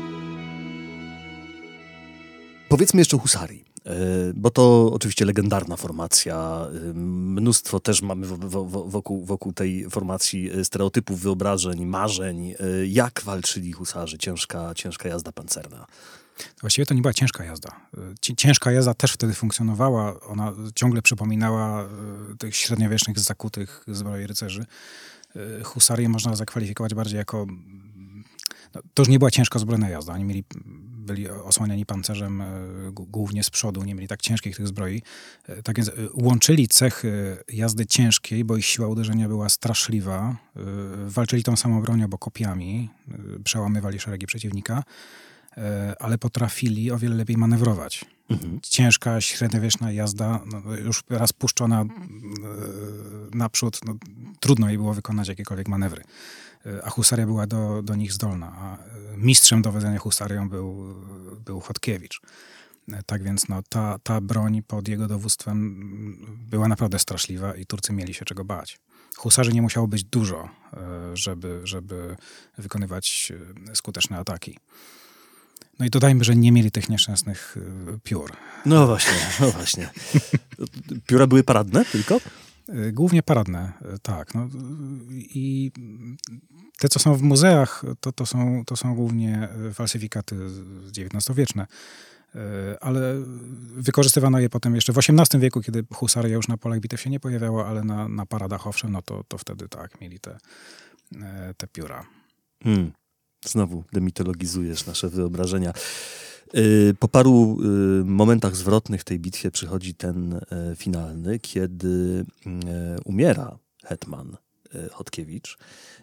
Powiedzmy jeszcze o husarii, bo to oczywiście legendarna formacja. Mnóstwo też mamy wokół, wokół tej formacji stereotypów, wyobrażeń, marzeń. Jak walczyli husarzy? Ciężka, ciężka jazda pancerna. Właściwie to nie była ciężka jazda. Ciężka jazda też wtedy funkcjonowała. Ona ciągle przypominała tych średniowiecznych zakutych zbroi rycerzy. Husarię można zakwalifikować bardziej jako... No, to już nie była ciężko zbrojna jazda. Oni mieli, byli osłaniani pancerzem głównie z przodu, nie mieli tak ciężkich tych zbroi. Tak więc łączyli cechy jazdy ciężkiej, bo ich siła uderzenia była straszliwa. Walczyli tą samą bronią, bo kopiami przełamywali szeregi przeciwnika, ale potrafili o wiele lepiej manewrować. Mhm. Ciężka, średniowieczna jazda, no, już raz puszczona naprzód, no, trudno jej było wykonać jakiekolwiek manewry. A husaria była do, do nich zdolna. A mistrzem dowodzenia husarią był, był Chodkiewicz. Tak więc no, ta, ta broń pod jego dowództwem była naprawdę straszliwa i Turcy mieli się czego bać. Husarzy nie musiało być dużo, żeby, żeby wykonywać skuteczne ataki. No i dodajmy, że nie mieli tych nieszczęsnych piór. No właśnie, no właśnie. Pióra były paradne tylko? Głównie paradne, tak. No, i te, co są w muzeach, to, to, są, to są głównie falsyfikaty dziewiętnastowieczne. Ale wykorzystywano je potem jeszcze w osiemnastym wieku, kiedy husaria już na polach bitew się nie pojawiała, ale na, na paradach owszem, no to, to wtedy tak, mieli te, te pióra. Hmm. Znowu demitologizujesz nasze wyobrażenia. Po paru momentach zwrotnych w tej bitwie przychodzi ten finalny, kiedy umiera hetman Chodkiewicz.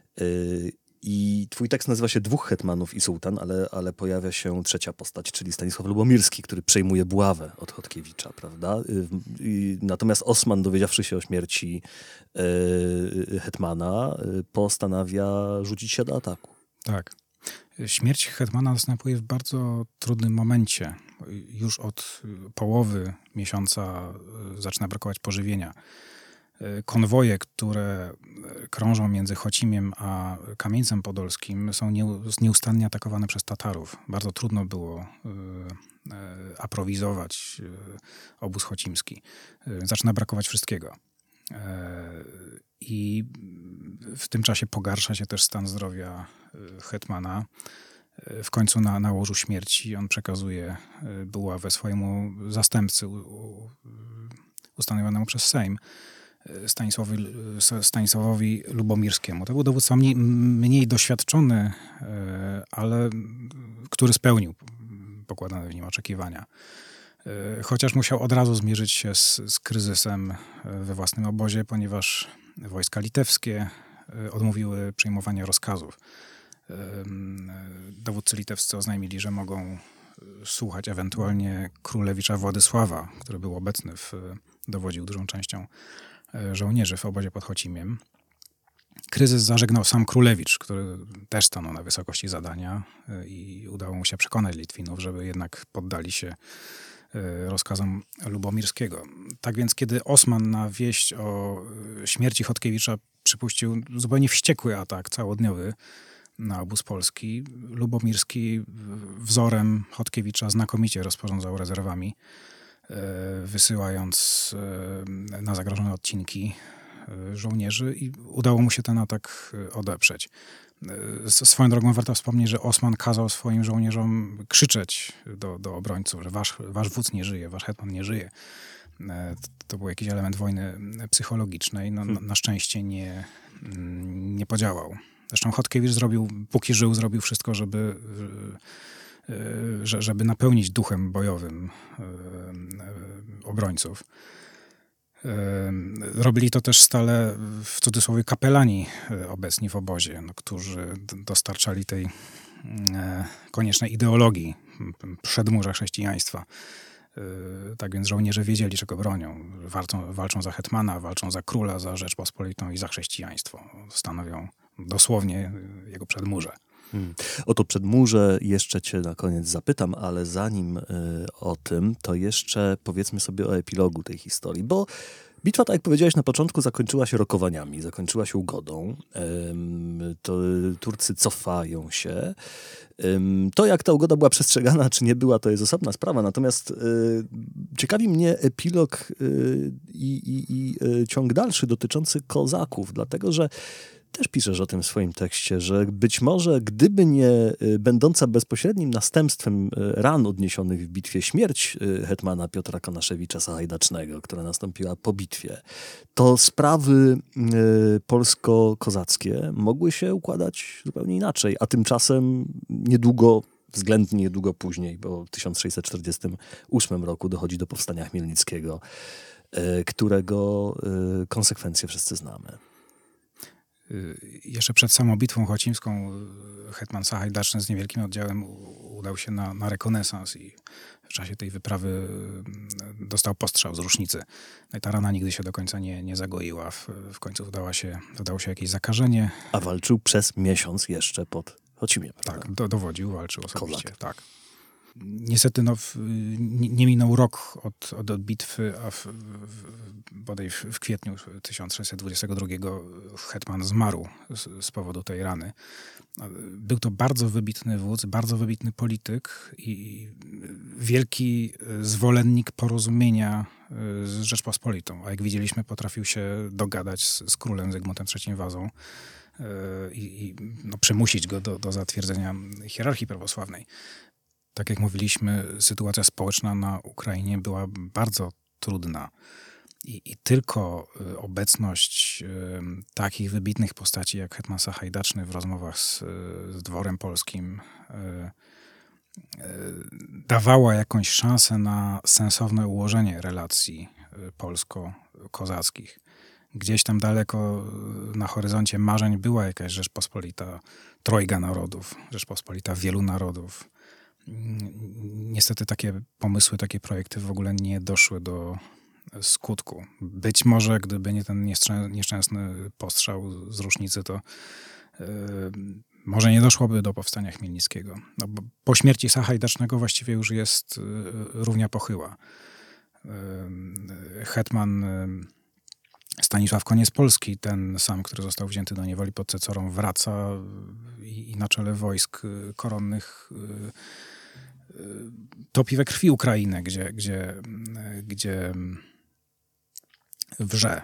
I twój tekst nazywa się Dwóch hetmanów i sułtan, ale, ale pojawia się trzecia postać, czyli Stanisław Lubomirski, który przejmuje buławę od Chodkiewicza, prawda? I, natomiast Osman, dowiedziawszy się o śmierci hetmana, postanawia rzucić się do ataku. Tak. Śmierć hetmana następuje w bardzo trudnym momencie. Już od połowy miesiąca zaczyna brakować pożywienia. Konwoje, które krążą między Chocimiem a Kamieńcem Podolskim, są nieustannie atakowane przez Tatarów. Bardzo trudno było aprowizować obóz chocimski. Zaczyna brakować wszystkiego. I w tym czasie pogarsza się też stan zdrowia hetmana. W końcu na, na łożu śmierci on przekazuje buławę swojemu zastępcy ustanowionemu przez Sejm, Stanisławowi, Stanisławowi Lubomirskiemu. To był dowódca mniej, mniej doświadczony, ale który spełnił pokładane w nim oczekiwania. chociaż musiał od razu zmierzyć się z, z kryzysem we własnym obozie, ponieważ wojska litewskie odmówiły przyjmowania rozkazów. Dowódcy litewscy oznajmili, że mogą słuchać ewentualnie królewicza Władysława, który był obecny, w, dowodził dużą częścią żołnierzy w obozie pod Chocimiem. Kryzys zażegnał sam królewicz, który też stanął na wysokości zadania i udało mu się przekonać Litwinów, żeby jednak poddali się rozkazom Lubomirskiego. Tak więc, kiedy Osman na wieść o śmierci Chodkiewicza przypuścił zupełnie wściekły atak całodniowy na obóz polski, Lubomirski wzorem Chodkiewicza znakomicie rozporządzał rezerwami, wysyłając na zagrożone odcinki żołnierzy i udało mu się ten atak odeprzeć. Swoją drogą warto wspomnieć, że Osman kazał swoim żołnierzom krzyczeć do, do obrońców, że wasz, wasz wódz nie żyje, wasz hetman nie żyje. To był jakiś element wojny psychologicznej. No, na, na szczęście nie, nie podziałał. Zresztą Chodkiewicz zrobił, póki żył, zrobił wszystko, żeby, żeby napełnić duchem bojowym obrońców. Robili to też stale, w cudzysłowie, kapelani obecni w obozie, no, którzy dostarczali tej koniecznej ideologii przedmurza chrześcijaństwa. Tak więc żołnierze wiedzieli, czego bronią. Walczą, walczą za hetmana, walczą za króla, za Rzeczpospolitą i za chrześcijaństwo. Stanowią dosłownie jego przedmurze. Hmm. O to przedmurze jeszcze cię na koniec zapytam, ale zanim y, o tym, to jeszcze powiedzmy sobie o epilogu tej historii, bo bitwa, tak jak powiedziałeś na początku, zakończyła się rokowaniami, zakończyła się ugodą. Ym, to Turcy cofają się. Ym, to, jak ta ugoda była przestrzegana, czy nie była, to jest osobna sprawa. Natomiast y, ciekawi mnie epilog y, i, i, i y, ciąg dalszy dotyczący kozaków, dlatego że też piszesz o tym w swoim tekście, że być może gdyby nie będąca bezpośrednim następstwem ran odniesionych w bitwie śmierć hetmana Piotra Konaszewicza Sahajdacznego, która nastąpiła po bitwie, to sprawy polsko-kozackie mogły się układać zupełnie inaczej. A tymczasem niedługo, względnie niedługo później, bo w tysiąc sześćset czterdziestym ósmym roku dochodzi do powstania chmielnickiego, którego konsekwencje wszyscy znamy. Jeszcze przed samą bitwą chocimską hetman Sahajdaczny z niewielkim oddziałem udał się na, na rekonesans i w czasie tej wyprawy dostał postrzał z rusznicy. No i ta rana nigdy się do końca nie, nie zagoiła. W, w końcu udało się, udało się jakieś zakażenie. A walczył przez miesiąc jeszcze pod Chocimiem. Tak, do, dowodził, walczył osobiście. Kozak. Tak. Niestety no, w, nie, nie minął rok od, od, od bitwy, a w, w, bodaj w, w kwietniu tysiąc sześćset dwudziestego drugiego hetman zmarł z, z powodu tej rany. Był to bardzo wybitny wódz, bardzo wybitny polityk i wielki zwolennik porozumienia z Rzeczpospolitą. A jak widzieliśmy, potrafił się dogadać z, z królem Zygmuntem trzecim Wazą i, i no, przymusić go do, do zatwierdzenia hierarchii prawosławnej. Tak jak mówiliśmy, sytuacja społeczna na Ukrainie była bardzo trudna i, i tylko obecność y, takich wybitnych postaci jak hetman Sahajdaczny w rozmowach z, z dworem polskim y, y, dawała jakąś szansę na sensowne ułożenie relacji y, polsko-kozackich. Gdzieś tam daleko na horyzoncie marzeń była jakaś Rzeczpospolita trojga narodów, Rzeczpospolita wielu narodów. Niestety takie pomysły, takie projekty w ogóle nie doszły do skutku. Być może gdyby nie ten nieszczęsny postrzał z rusznicy, to yy, może nie doszłoby do powstania chmielnickiego. No, bo po śmierci Sahajdacznego właściwie już jest yy, równia pochyła. Yy, hetman yy, Stanisław Koniec-Polski, ten sam, który został wzięty do niewoli pod Cecorą, wraca i, i na czele wojsk koronnych yy, topi we krwi Ukrainę, gdzie, gdzie, gdzie wrze.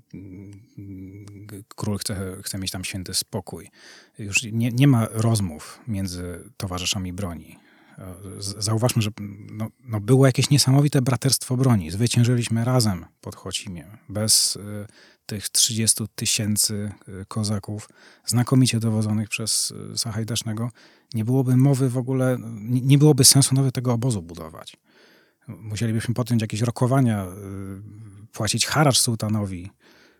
Król chce, chce mieć tam święty spokój. Już nie, nie ma rozmów między towarzyszami broni. Zauważmy, że no, no było jakieś niesamowite braterstwo broni. Zwyciężyliśmy razem pod Chocimiem. Bez y, tych trzydziestu tysięcy kozaków, znakomicie dowodzonych przez Sahajdacznego, nie byłoby mowy w ogóle, nie, nie byłoby sensu nawet tego obozu budować. musielibyśmy podjąć jakieś rokowania, płacić haracz sułtanowi.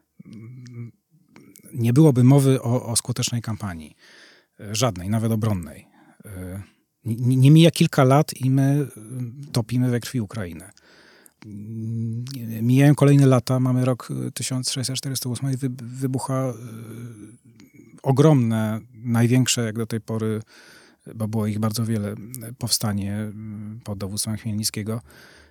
Nie byłoby mowy o, o skutecznej kampanii. Żadnej, nawet obronnej. Nie, nie mija kilka lat i my topimy we krwi Ukrainę. Mijają kolejne lata, mamy rok tysiąc sześćset czterdziesty ósmy i wy, wybucha ogromne, największe jak do tej pory, bo było ich bardzo wiele, powstanie pod dowództwem Chmielnickiego.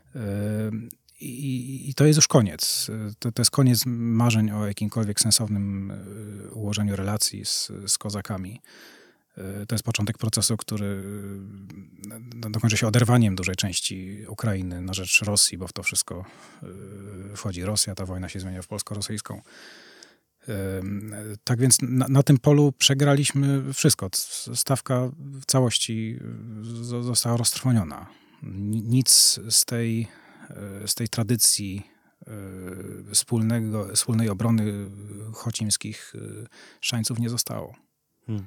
I, I to jest już koniec. To, to jest koniec marzeń o jakimkolwiek sensownym ułożeniu relacji z, z kozakami. To jest początek procesu, który dokończy się oderwaniem dużej części Ukrainy na rzecz Rosji, bo w to wszystko wchodzi Rosja, ta wojna się zmienia w polsko-rosyjską. Tak więc na, na tym polu przegraliśmy wszystko. Stawka w całości została roztrwoniona. Nic z tej, z tej tradycji wspólnego, wspólnej obrony chocimskich szańców nie zostało. Hmm.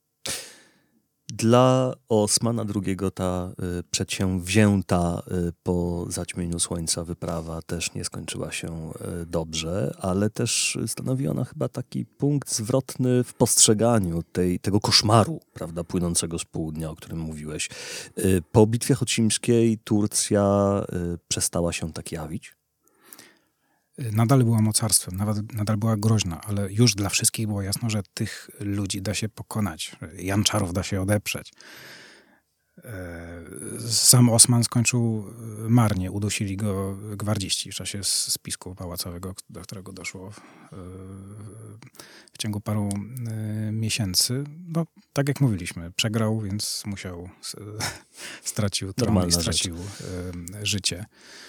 Dla Osmana drugiego ta y, przedsięwzięta y, po zaćmieniu słońca wyprawa też nie skończyła się y, dobrze, ale też stanowi ona chyba taki punkt zwrotny w postrzeganiu tej, tego koszmaru, prawda, płynącego z południa, o którym mówiłeś. Y, po bitwie chocimskiej Turcja y, przestała się tak jawić? Nadal była mocarstwem, nawet, nadal była groźna, ale już dla wszystkich było jasno, że tych ludzi da się pokonać. Janczarów da się odeprzeć. Sam Osman skończył marnie. Udusili go gwardziści w czasie spisku pałacowego, do którego doszło w, w ciągu paru miesięcy. No, tak jak mówiliśmy, przegrał, więc musiał, stracił tron i stracił rzecz. życie.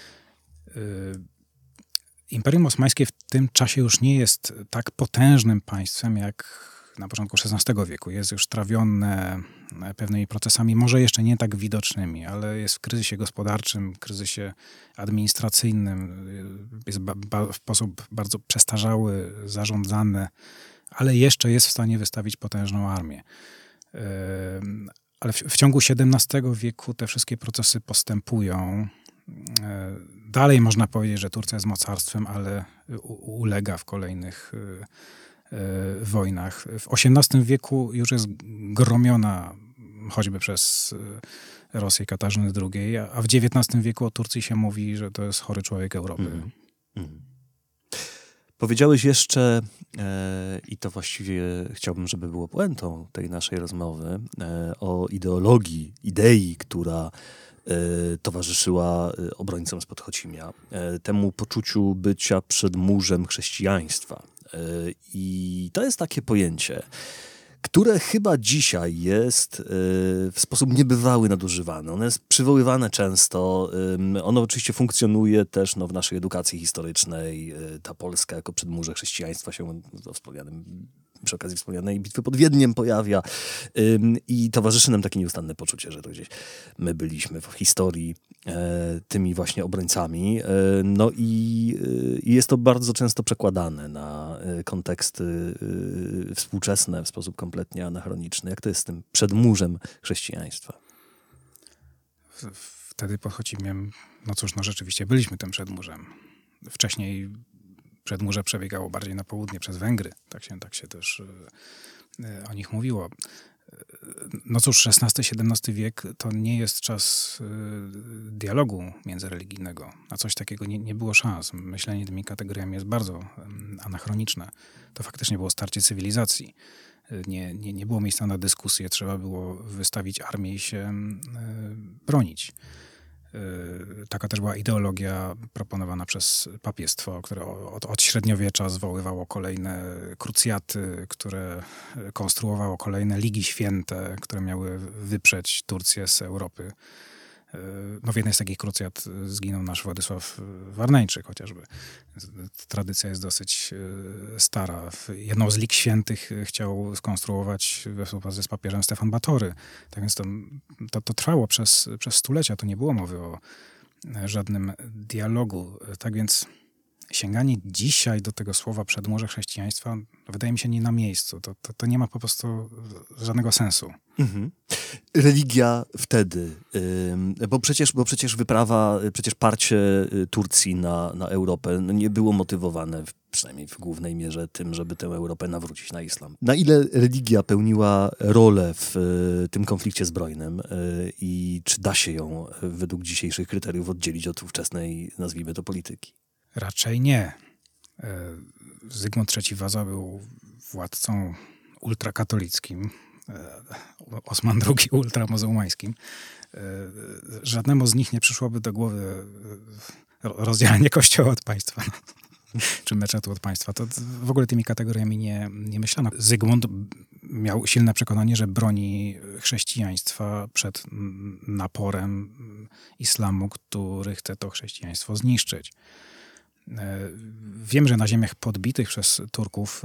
Imperium Osmańskie w tym czasie już nie jest tak potężnym państwem jak na początku szesnastego wieku. Jest już trawione pewnymi procesami, może jeszcze nie tak widocznymi, ale jest w kryzysie gospodarczym, kryzysie administracyjnym, jest ba- ba- w sposób bardzo przestarzały, zarządzane, ale jeszcze jest w stanie wystawić potężną armię. Yy, ale w, w ciągu siedemnastego wieku te wszystkie procesy postępują. Dalej można powiedzieć, że Turcja jest mocarstwem, ale u- ulega w kolejnych y, y, wojnach. W osiemnastym wieku już jest gromiona choćby przez y, Rosję Katarzyny drugiej, a, a w dziewiętnastym wieku o Turcji się mówi, że to jest chory człowiek Europy. Mm. Mm. Powiedziałeś jeszcze, e, i to właściwie chciałbym, żeby było puentą tej naszej rozmowy, e, o ideologii, idei, która towarzyszyła obrońcom spod Chocimia, temu poczuciu bycia przedmurzem chrześcijaństwa. I to jest takie pojęcie, które chyba dzisiaj jest w sposób niebywały nadużywane. Ono jest przywoływane często. Ono oczywiście funkcjonuje też no, w naszej edukacji historycznej. Ta Polska jako przedmurze chrześcijaństwa się w wspomnianym przy okazji wspomnianej bitwy pod Wiedniem pojawia ym, i towarzyszy nam takie nieustanne poczucie, że to gdzieś my byliśmy w historii e, tymi właśnie obrońcami. E, no i e, jest to bardzo często przekładane na e, konteksty e, współczesne w sposób kompletnie anachroniczny. Jak to jest z tym przedmurzem chrześcijaństwa? Wtedy pod Chocimiem, no cóż, no rzeczywiście byliśmy tym przedmurzem. Wcześniej przedmurze przebiegało bardziej na południe przez Węgry. Tak się, tak się też y, o nich mówiło. No cóż, szesnasty siedemnasty wiek to nie jest czas y, dialogu międzyreligijnego. Na coś takiego nie, nie było szans. Myślenie tymi kategoriami jest bardzo y, anachroniczne. To faktycznie było starcie cywilizacji. Y, nie, nie, nie było miejsca na dyskusję. Trzeba było wystawić armię i się y, bronić. Taka też była ideologia proponowana przez papiestwo, które od, od średniowiecza zwoływało kolejne krucjaty, które konstruowało kolejne ligi święte, które miały wyprzeć Turcję z Europy. No w jednej z takich krucjat zginął nasz Władysław Warneńczyk chociażby. Tradycja jest dosyć stara. Jedną z lig świętych chciał skonstruować we współpracy z papieżem Stefan Batory. Tak więc to, to, to trwało przez, przez stulecia. Tu nie było mowy o żadnym dialogu. Tak więc sięganie dzisiaj do tego słowa przedmurze chrześcijaństwa wydaje mi się nie na miejscu. To, to, to nie ma po prostu żadnego sensu. Mhm. Religia wtedy, yy, bo, przecież, bo przecież wyprawa, przecież parcie Turcji na, na Europę no nie było motywowane, w, przynajmniej w głównej mierze, tym, żeby tę Europę nawrócić na islam. Na ile religia pełniła rolę w y, tym konflikcie zbrojnym y, i czy da się ją według dzisiejszych kryteriów oddzielić od ówczesnej, nazwijmy to, polityki? Raczej nie. Zygmunt trzeci Waza był władcą ultrakatolickim, Osman drugi ultramuzułmańskim. Żadnemu z nich nie przyszłoby do głowy rozdzielenie kościoła od państwa, czy meczetu od państwa. To w ogóle tymi kategoriami nie, nie myślano. Zygmunt miał silne przekonanie, że broni chrześcijaństwa przed naporem islamu, który chce to chrześcijaństwo zniszczyć. Wiem, że na ziemiach podbitych przez Turków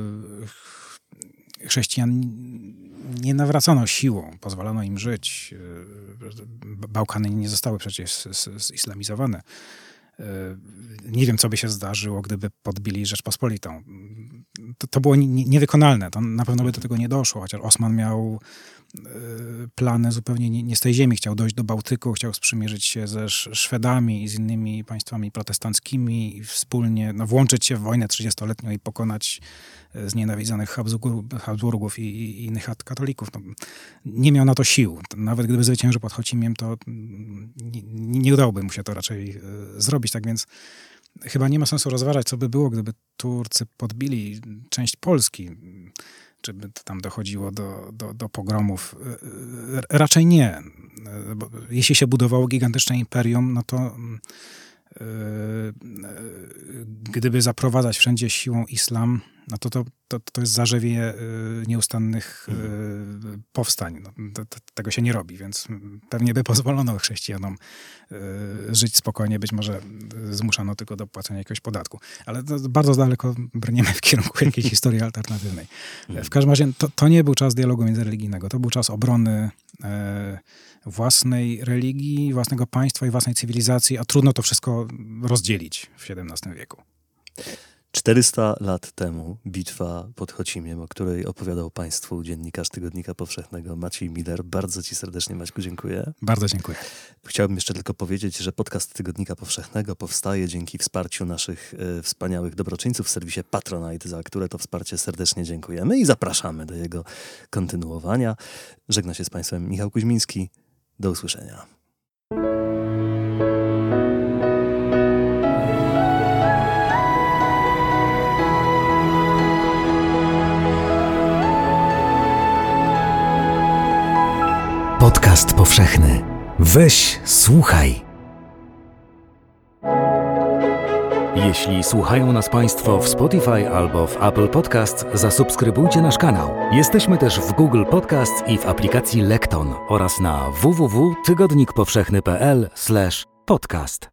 chrześcijan nie nawracano siłą, pozwalano im żyć. Bałkany nie zostały przecież zislamizowane. Nie wiem, co by się zdarzyło, gdyby podbili Rzeczpospolitą. To, to było niewykonalne. To na pewno by do tego nie doszło, chociaż Osman miał plany zupełnie nie, nie z tej ziemi. Chciał dojść do Bałtyku, chciał sprzymierzyć się ze Szwedami i z innymi państwami protestanckimi i wspólnie no, włączyć się w wojnę trzydziestoletnią i pokonać znienawidzonych Habsburgów i, i innych katolików. No, nie miał na to sił. Nawet gdyby zwyciężył pod Chocimiem, to nie, nie udałoby mu się to raczej zrobić. Tak więc chyba nie ma sensu rozważać, co by było, gdyby Turcy podbili część Polski. Czy by tam dochodziło do, do, do pogromów? Raczej nie. Bo jeśli się budowało gigantyczne imperium, no to yy, yy, gdyby zaprowadzać wszędzie siłą islam, no to to, to, to jest zarzewie yy, nieustannych yy, powstań. No, to, to, tego się nie robi, więc pewnie by pozwolono chrześcijanom yy, żyć spokojnie, być może zmuszano tylko do płacenia jakiegoś podatku. Ale to bardzo daleko brniemy w kierunku jakiejś historii alternatywnej. W każdym razie to, to nie był czas dialogu międzyreligijnego, to był czas obrony yy, własnej religii, własnego państwa i własnej cywilizacji, a trudno to wszystko rozdzielić w siedemnastym wieku. czterysta lat temu bitwa pod Chocimiem, o której opowiadał Państwu dziennikarz Tygodnika Powszechnego Maciej Miller. Bardzo Ci serdecznie, Maćku, dziękuję. Bardzo dziękuję. Chciałbym jeszcze tylko powiedzieć, że podcast Tygodnika Powszechnego powstaje dzięki wsparciu naszych e, wspaniałych dobroczyńców w serwisie Patronite, za które to wsparcie serdecznie dziękujemy i zapraszamy do jego kontynuowania. Żegna się z Państwem Michał Kuźmiński. Do usłyszenia. Podcast powszechny. Weź, słuchaj. Jeśli słuchają nas Państwo w Spotify albo w Apple Podcasts, zasubskrybujcie nasz kanał. Jesteśmy też w Google Podcasts i w aplikacji Lekton oraz na w w w kropka tygodnik powszechny kropka p l slash podcast.